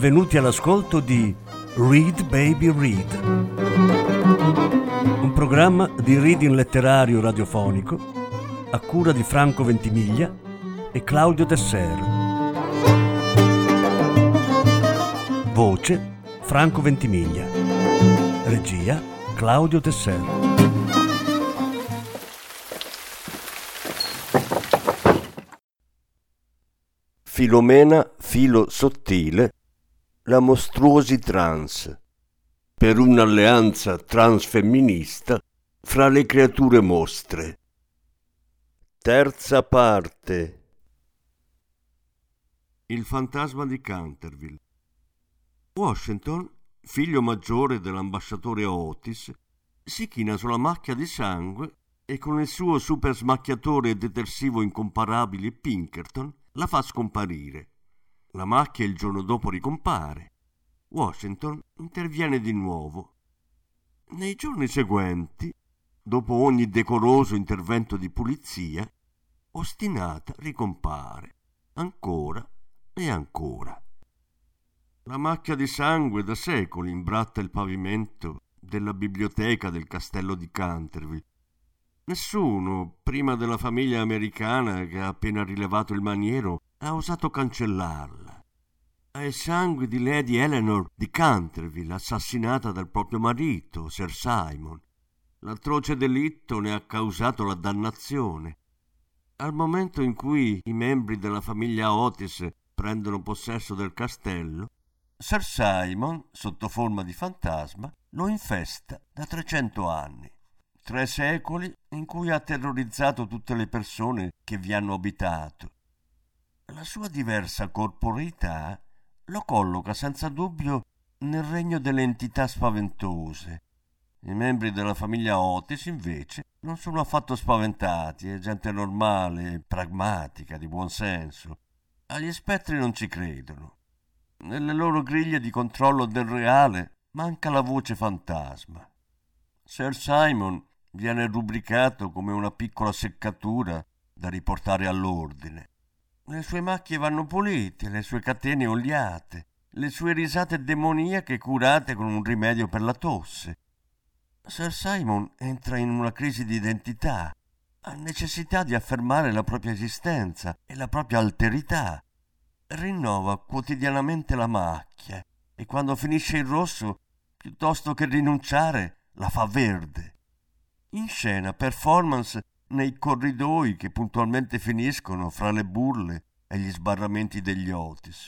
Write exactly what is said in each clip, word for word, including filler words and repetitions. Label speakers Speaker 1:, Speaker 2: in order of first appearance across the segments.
Speaker 1: benvenuti all'ascolto di Read Baby Read, un programma di reading letterario radiofonico a cura di Franco Ventimiglia e Claudio Desser. Voce Franco Ventimiglia. Regia Claudio Desser.
Speaker 2: Filomena Filo Sottile, la mostruosi trans, per un'alleanza transfemminista fra le creature mostre. Terza parte. Il fantasma di Canterville. Washington, figlio maggiore dell'ambasciatore Otis, si china sulla macchia di sangue e con il suo super smacchiatore e detersivo incomparabile Pinkerton la fa scomparire. La macchia il giorno dopo ricompare. Washington interviene di nuovo. Nei giorni seguenti, dopo ogni decoroso intervento di pulizia, ostinata ricompare, ancora e ancora. La macchia di sangue da secoli imbratta il pavimento della biblioteca del castello di Canterville. Nessuno, prima della famiglia americana che ha appena rilevato il maniero, ha osato cancellarla. È il sangue di Lady Eleanor di Canterville, assassinata dal proprio marito, Sir Simon. L'atroce delitto ne ha causato la dannazione. Al momento in cui i membri della famiglia Otis prendono possesso del castello, Sir Simon, sotto forma di fantasma, lo infesta da trecento anni. Tre secoli in cui ha terrorizzato tutte le persone che vi hanno abitato. La sua diversa corporeità lo colloca senza dubbio nel regno delle entità spaventose. I membri della famiglia Otis, invece, non sono affatto spaventati, è gente normale, pragmatica, di buon senso. Agli spettri non ci credono. Nelle loro griglie di controllo del reale manca la voce fantasma. Sir Simon viene rubricato come una piccola seccatura da riportare all'ordine. Le sue macchie vanno pulite, le sue catene oliate, le sue risate demoniache curate con un rimedio per la tosse. Sir Simon entra in una crisi di identità, ha necessità di affermare la propria esistenza e la propria alterità. Rinnova quotidianamente la macchia e quando finisce il rosso, piuttosto che rinunciare, la fa verde. In scena performance nei corridoi che puntualmente finiscono fra le burle e gli sbarramenti degli Otis.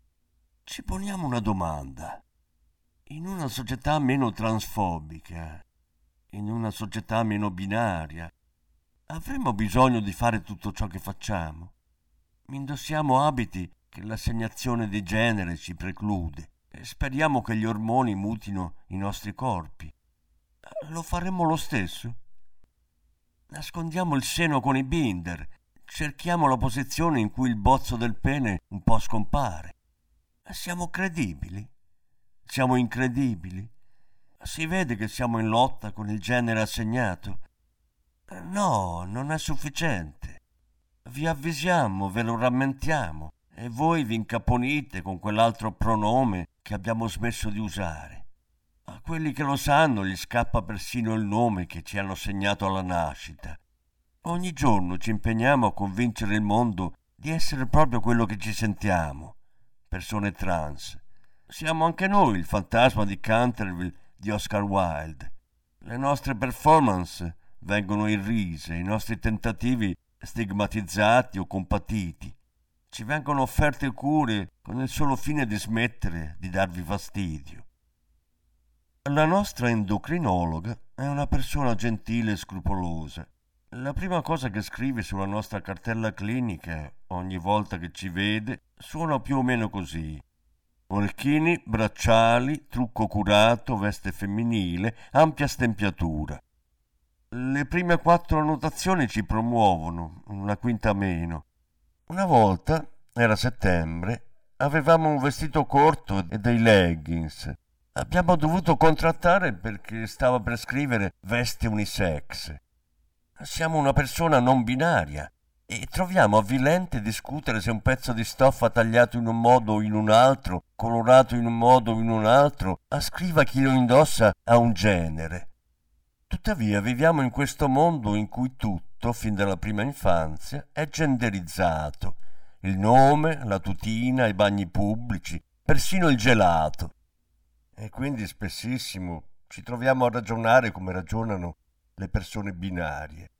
Speaker 2: Ci poniamo una domanda. In una società meno transfobica, in una società meno binaria, avremmo bisogno di fare tutto ciò che facciamo? Indossiamo abiti che l'assegnazione di genere ci preclude e speriamo che gli ormoni mutino i nostri corpi. Lo faremmo lo stesso? Nascondiamo il seno con i binder, cerchiamo la posizione in cui il bozzo del pene un po' scompare. Siamo credibili? Siamo incredibili? Si vede che siamo in lotta con il genere assegnato? No, non è sufficiente. Vi avvisiamo, ve lo rammentiamo, e voi vi incaponite con quell'altro pronome che abbiamo smesso di usare. A quelli che lo sanno gli scappa persino il nome che ci hanno segnato alla nascita. Ogni giorno ci impegniamo a convincere il mondo di essere proprio quello che ci sentiamo, persone trans. Siamo anche noi il fantasma di Canterville di Oscar Wilde. Le nostre performance vengono irrise, i nostri tentativi stigmatizzati o compatiti. Ci vengono offerte cure con il solo fine di smettere di darvi fastidio. La nostra endocrinologa è una persona gentile e scrupolosa. La prima cosa che scrive sulla nostra cartella clinica, ogni volta che ci vede, suona più o meno così. Orecchini, bracciali, trucco curato, veste femminile, ampia stempiatura. Le prime quattro annotazioni ci promuovono, una quinta meno. Una volta, era settembre, avevamo un vestito corto e dei leggings. Abbiamo dovuto contrattare perché stava per scrivere veste unisex. Siamo una persona non binaria e troviamo avvilente discutere se un pezzo di stoffa tagliato in un modo o in un altro, colorato in un modo o in un altro, ascriva chi lo indossa a un genere. Tuttavia viviamo in questo mondo in cui tutto, fin dalla prima infanzia, è genderizzato. Il nome, la tutina, i bagni pubblici, persino il gelato. E quindi spessissimo ci troviamo a ragionare come ragionano le persone binarie.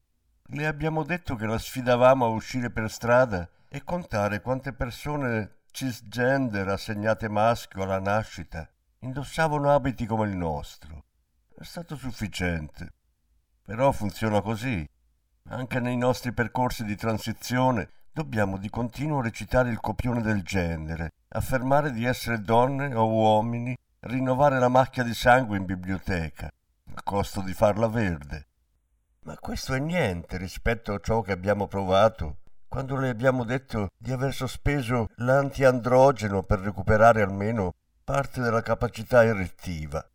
Speaker 2: Le abbiamo detto che la sfidavamo a uscire per strada e contare quante persone cisgender assegnate maschio alla nascita indossavano abiti come il nostro. È stato sufficiente. Però funziona così. Anche nei nostri percorsi di transizione dobbiamo di continuo recitare il copione del genere, affermare di essere donne o uomini, rinnovare la macchia di sangue in biblioteca, a costo di farla verde. Ma questo è niente rispetto a ciò che abbiamo provato quando le abbiamo detto di aver sospeso l'antiandrogeno per recuperare almeno parte della capacità erettiva.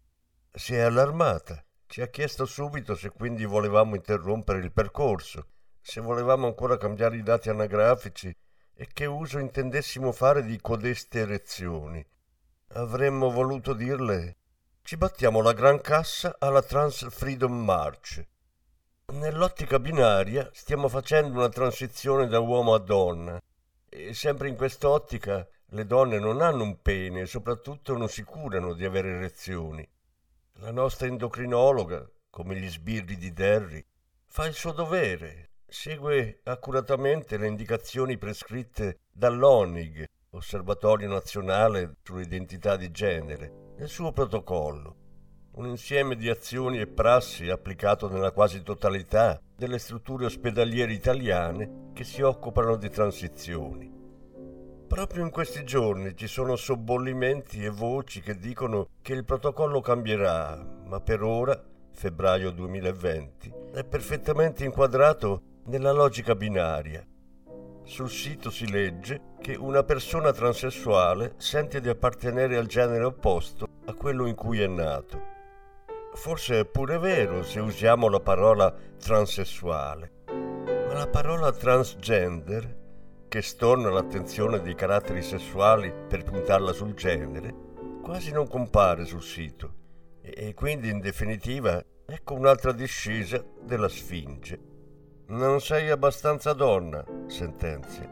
Speaker 2: Si è allarmata. Ci ha chiesto subito se quindi volevamo interrompere il percorso, se volevamo ancora cambiare i dati anagrafici e che uso intendessimo fare di codeste erezioni. Avremmo voluto dirle: ci battiamo la gran cassa alla Trans Freedom March. Nell'ottica binaria stiamo facendo una transizione da uomo a donna e sempre in quest'ottica le donne non hanno un pene e soprattutto non si curano di avere erezioni. La nostra endocrinologa, come gli sbirri di Derry, fa il suo dovere, segue accuratamente le indicazioni prescritte dall'O N I G, Osservatorio Nazionale sull'Identità di Genere, nel suo protocollo. Un insieme di azioni e prassi applicato nella quasi totalità delle strutture ospedaliere italiane che si occupano di transizioni. Proprio in questi giorni ci sono sobbollimenti e voci che dicono che il protocollo cambierà, ma per ora, febbraio duemilaventi, è perfettamente inquadrato nella logica binaria. Sul sito si legge che una persona transessuale sente di appartenere al genere opposto a quello in cui è nato. Forse è pure vero se usiamo la parola transessuale, ma la parola transgender, che storna l'attenzione dei caratteri sessuali per puntarla sul genere, quasi non compare sul sito e quindi in definitiva ecco un'altra discesa della Sfinge. Non sei abbastanza donna, sentenzia.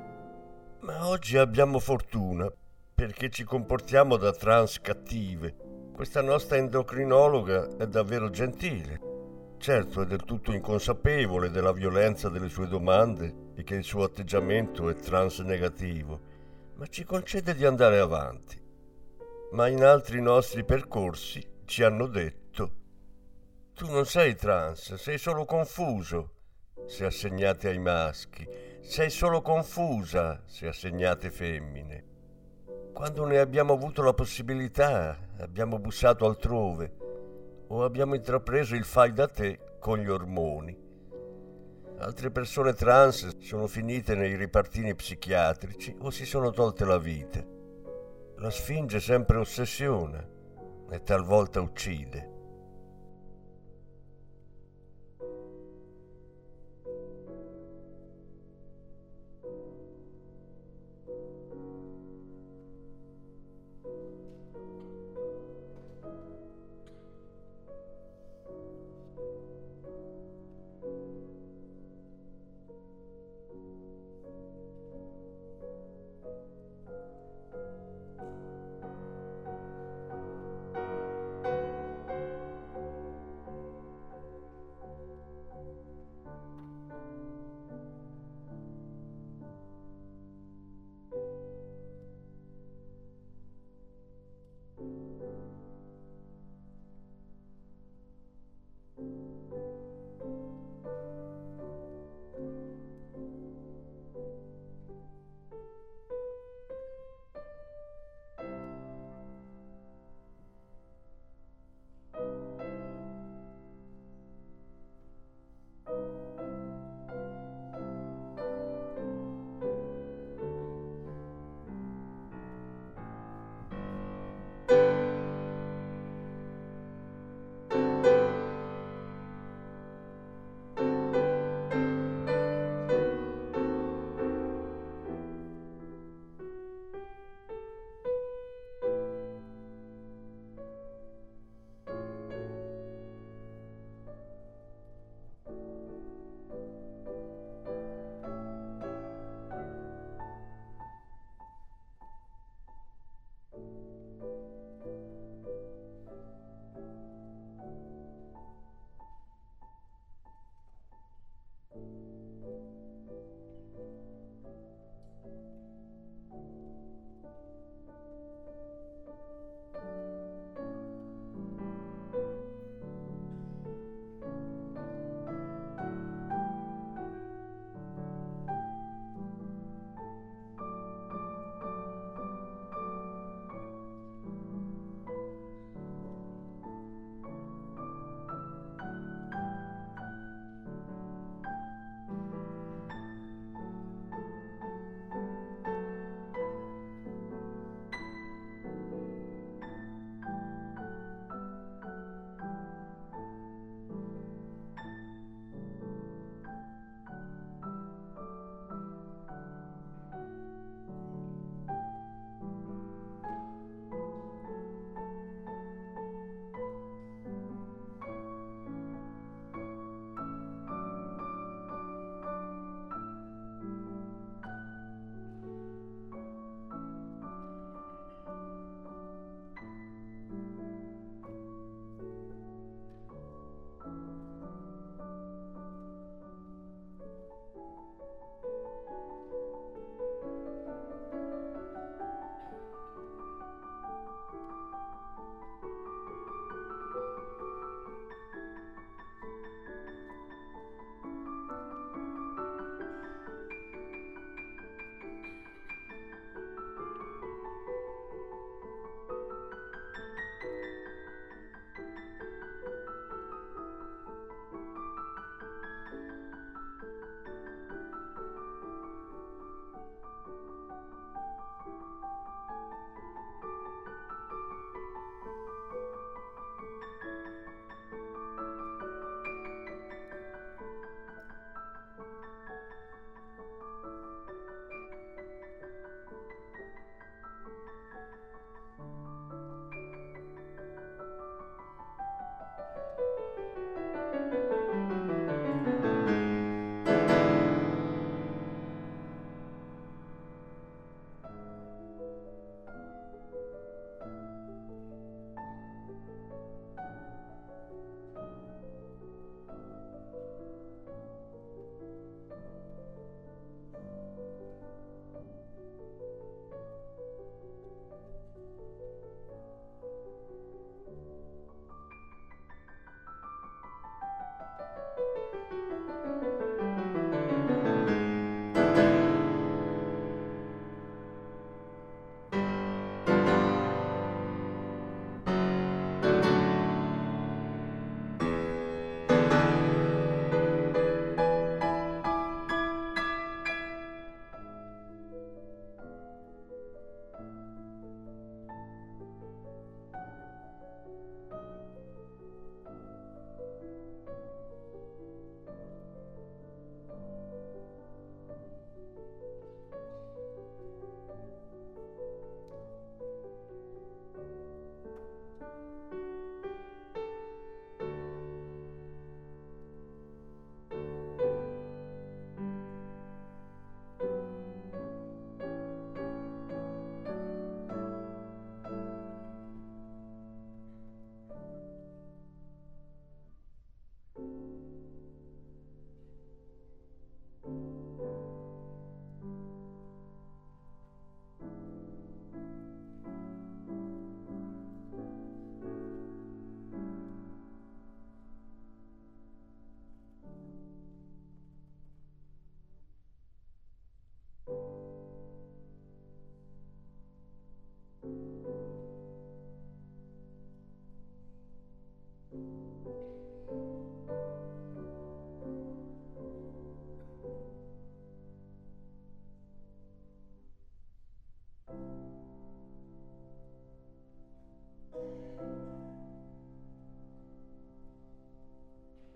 Speaker 2: Ma oggi abbiamo fortuna perché ci comportiamo da trans cattive. Questa nostra endocrinologa è davvero gentile. Certo, è del tutto inconsapevole della violenza delle sue domande e che il suo atteggiamento è trans negativo, ma ci concede di andare avanti. Ma in altri nostri percorsi ci hanno detto: tu non sei trans, sei solo confuso se assegnate ai maschi, sei solo confusa se assegnate femmine. Quando ne abbiamo avuto la possibilità, abbiamo bussato altrove o abbiamo intrapreso il fai da te con gli ormoni. Altre persone trans sono finite nei ripartini psichiatrici o si sono tolte la vita. La Sfinge sempre ossessiona e talvolta uccide.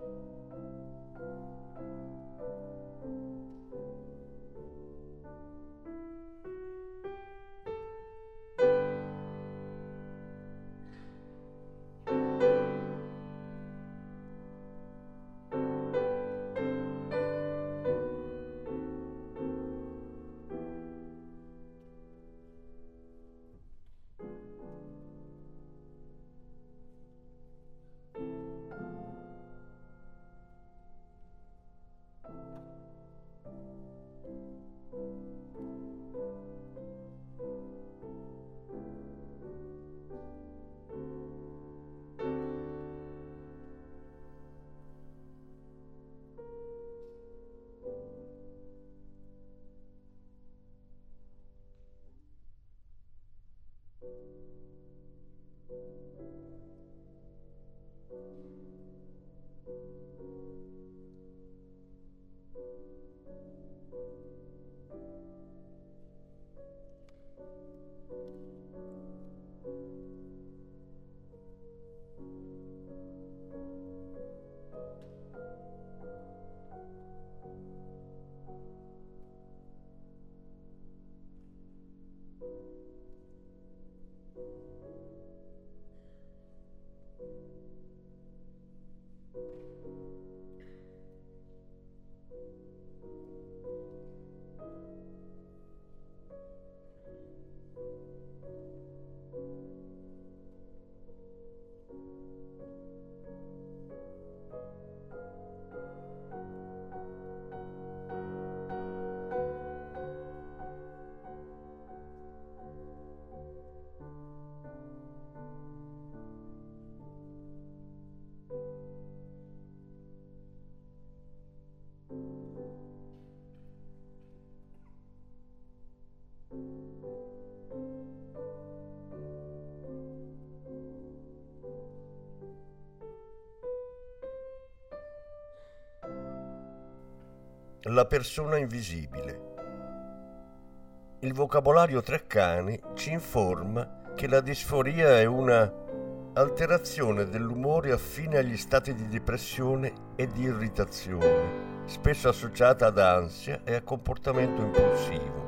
Speaker 2: La persona invisibile. Il vocabolario Treccani ci informa che la disforia è una alterazione dell'umore affine agli stati di depressione e di irritazione, spesso associata ad ansia e a comportamento impulsivo.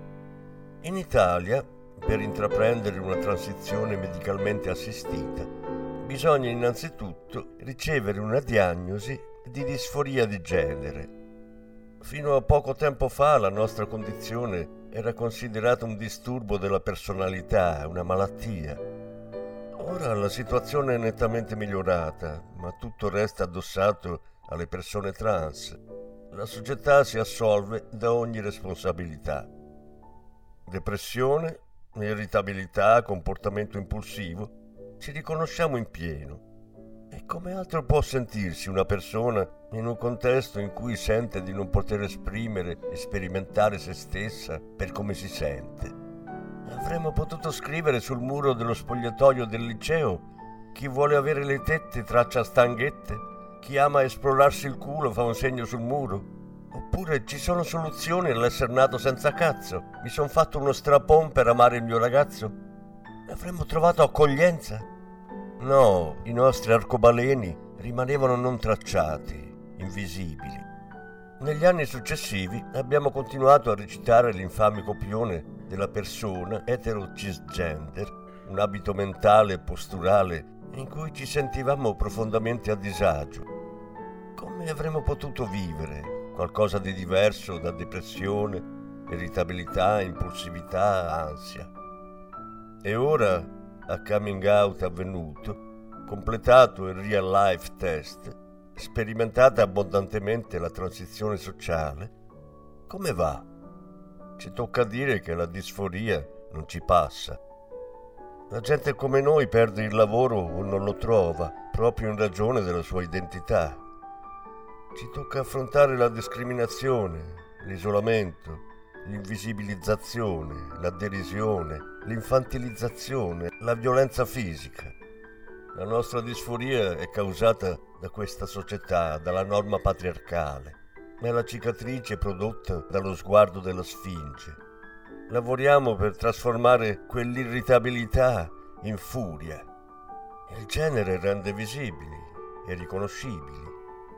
Speaker 2: In Italia, per intraprendere una transizione medicalmente assistita, bisogna innanzitutto ricevere una diagnosi di disforia di genere. Fino a poco tempo fa la nostra condizione era considerata un disturbo della personalità, una malattia. Ora la situazione è nettamente migliorata, ma tutto resta addossato alle persone trans. La società si assolve da ogni responsabilità. Depressione, irritabilità, comportamento impulsivo, ci riconosciamo in pieno. E come altro può sentirsi una persona in un contesto in cui sente di non poter esprimere e sperimentare se stessa per come si sente? Avremmo potuto scrivere sul muro dello spogliatoio del liceo: chi vuole avere le tette traccia stanghette, chi ama esplorarsi il culo fa un segno sul muro. Oppure ci sono soluzioni all'essere nato senza cazzo, mi son fatto uno strapon per amare il mio ragazzo. Avremmo trovato accoglienza. No, i nostri arcobaleni rimanevano non tracciati, invisibili. Negli anni successivi abbiamo continuato a recitare l'infame copione della persona etero-cisgender, un abito mentale e posturale in cui ci sentivamo profondamente a disagio. Come avremmo potuto vivere qualcosa di diverso da depressione, irritabilità, impulsività, ansia? E ora, a coming out avvenuto, completato il real life test, sperimentata abbondantemente la transizione sociale, come va? Ci tocca dire che la disforia non ci passa. La gente come noi perde il lavoro o non lo trova, proprio in ragione della sua identità. Ci tocca affrontare la discriminazione, l'isolamento, l'invisibilizzazione, la derisione, l'infantilizzazione, la violenza fisica. La nostra disforia è causata da questa società, dalla norma patriarcale. È la cicatrice prodotta dallo sguardo della Sfinge. Lavoriamo per trasformare quell'irritabilità in furia. Il genere rende visibili e riconoscibili.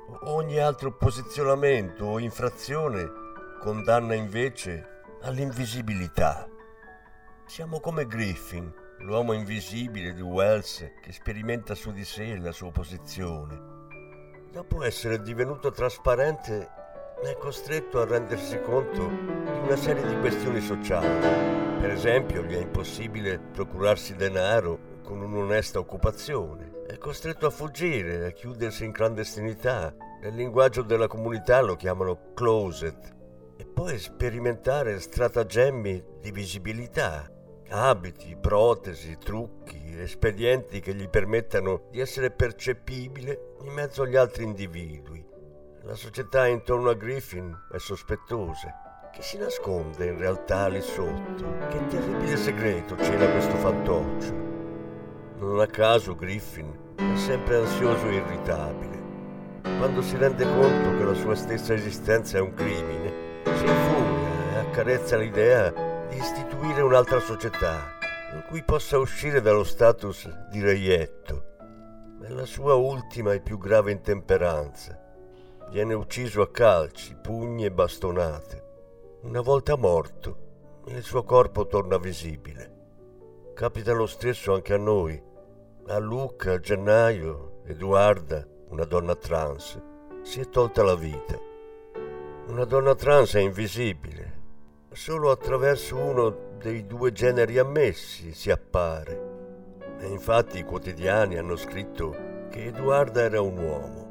Speaker 2: Ogni altro posizionamento o infrazione condanna invece all'invisibilità. Siamo come Griffin, l'uomo invisibile di Wells che sperimenta su di sé la sua posizione. Dopo essere divenuto trasparente, è costretto a rendersi conto di una serie di questioni sociali. Per esempio, gli è impossibile procurarsi denaro con un'onesta occupazione. È costretto a fuggire, a chiudersi in clandestinità. Nel linguaggio della comunità lo chiamano closet. E poi sperimentare stratagemmi di visibilità. Abiti, protesi, trucchi, espedienti che gli permettano di essere percepibile in mezzo agli altri individui. La società intorno a Griffin è sospettosa. Che si nasconde in realtà lì sotto? Che terribile segreto cela questo fantoccio? Non a caso Griffin è sempre ansioso e irritabile. Quando si rende conto che la sua stessa esistenza è un crimine, si infuria e accarezza l'idea di istituire un'altra società in cui possa uscire dallo status di reietto. È la sua ultima e più grave intemperanza. Viene ucciso a calci, pugni e bastonate. Una volta morto, il suo corpo torna visibile. Capita lo stesso anche a noi. A Luca, a gennaio, Edoarda, una donna trans, si è tolta la vita. Una donna trans è invisibile. Solo attraverso uno dei due generi ammessi si appare. E infatti i quotidiani hanno scritto che Edoarda era un uomo.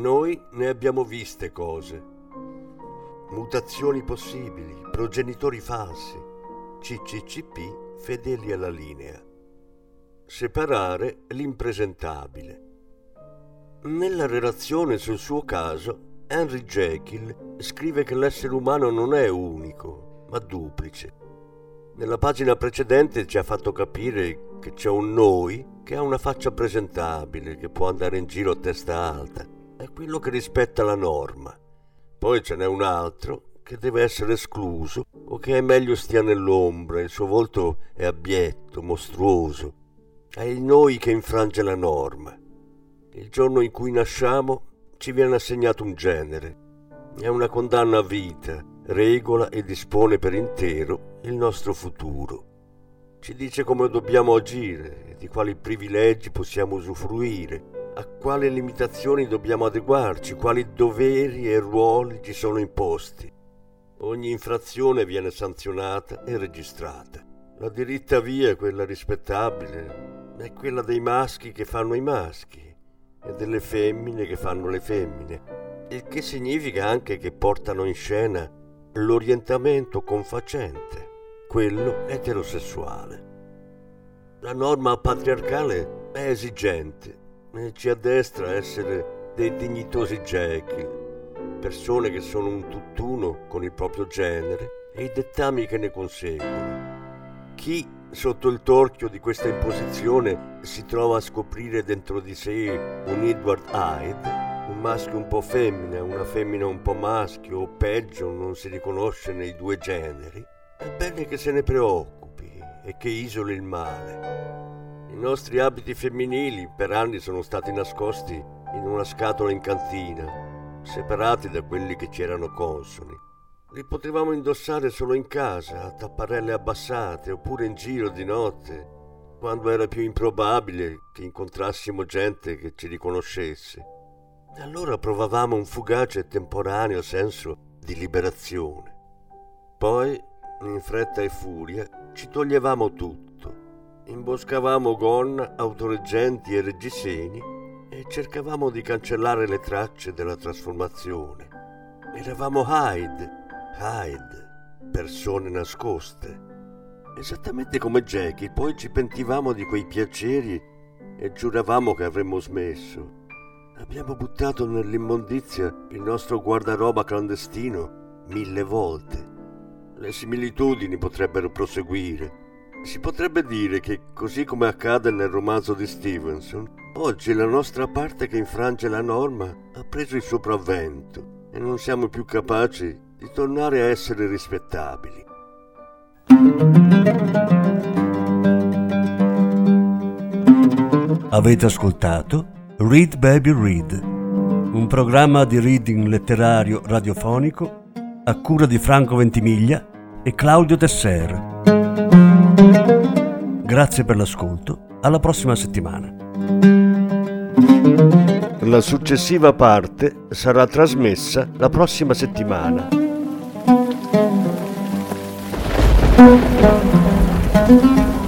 Speaker 2: Noi ne abbiamo viste cose. Mutazioni possibili, progenitori falsi, C C C P fedeli alla linea. Separare l'impresentabile. Nella relazione sul suo caso, Henry Jekyll scrive che l'essere umano non è unico, ma duplice. Nella pagina precedente ci ha fatto capire che c'è un noi che ha una faccia presentabile, che può andare in giro a testa alta, è quello che rispetta la norma. Poi ce n'è un altro che deve essere escluso o che è meglio stia nell'ombra, il suo volto è abietto, mostruoso. È il noi che infrange la norma. Il giorno in cui nasciamo ci viene assegnato un genere. È una condanna a vita, regola e dispone per intero il nostro futuro. Ci dice come dobbiamo agire, di quali privilegi possiamo usufruire, a quali limitazioni dobbiamo adeguarci, quali doveri e ruoli ci sono imposti. Ogni infrazione viene sanzionata e registrata. La diritta via, quella rispettabile, è quella dei maschi che fanno i maschi e delle femmine che fanno le femmine, il che significa anche che portano in scena l'orientamento confacente, quello eterosessuale. La norma patriarcale è esigente e ci addestra a essere dei dignitosi Jekyll, persone che sono un tutt'uno con il proprio genere e i dettami che ne conseguono. Chi, sotto il torchio di questa imposizione, si trova a scoprire dentro di sé un Edward Hyde, un maschio un po' femmina, una femmina un po' maschio, o peggio, non si riconosce nei due generi, è bene che se ne preoccupi e che isoli il male. I nostri abiti femminili per anni sono stati nascosti in una scatola in cantina, separati da quelli che ci erano consoni. Li potevamo indossare solo in casa, a tapparelle abbassate, oppure in giro di notte, quando era più improbabile che incontrassimo gente che ci riconoscesse. E allora provavamo un fugace e temporaneo senso di liberazione. Poi, in fretta e furia, ci toglievamo tutto. Imboscavamo gonna, autoreggenti e reggiseni e cercavamo di cancellare le tracce della trasformazione. Eravamo Hyde, Hyde, persone nascoste. Esattamente come Jekyll, poi ci pentivamo di quei piaceri e giuravamo che avremmo smesso. Abbiamo buttato nell'immondizia il nostro guardaroba clandestino mille volte. Le similitudini potrebbero proseguire. Si potrebbe dire che, così come accade nel romanzo di Stevenson, oggi la nostra parte che infrange la norma ha preso il sopravvento e non siamo più capaci di tornare a essere rispettabili.
Speaker 1: Avete ascoltato Read Baby Read, un programma di reading letterario radiofonico a cura di Franco Ventimiglia e Claudio Tesser. Grazie per l'ascolto, alla prossima settimana.
Speaker 2: La successiva parte sarà trasmessa la prossima settimana.
Speaker 3: Thank you.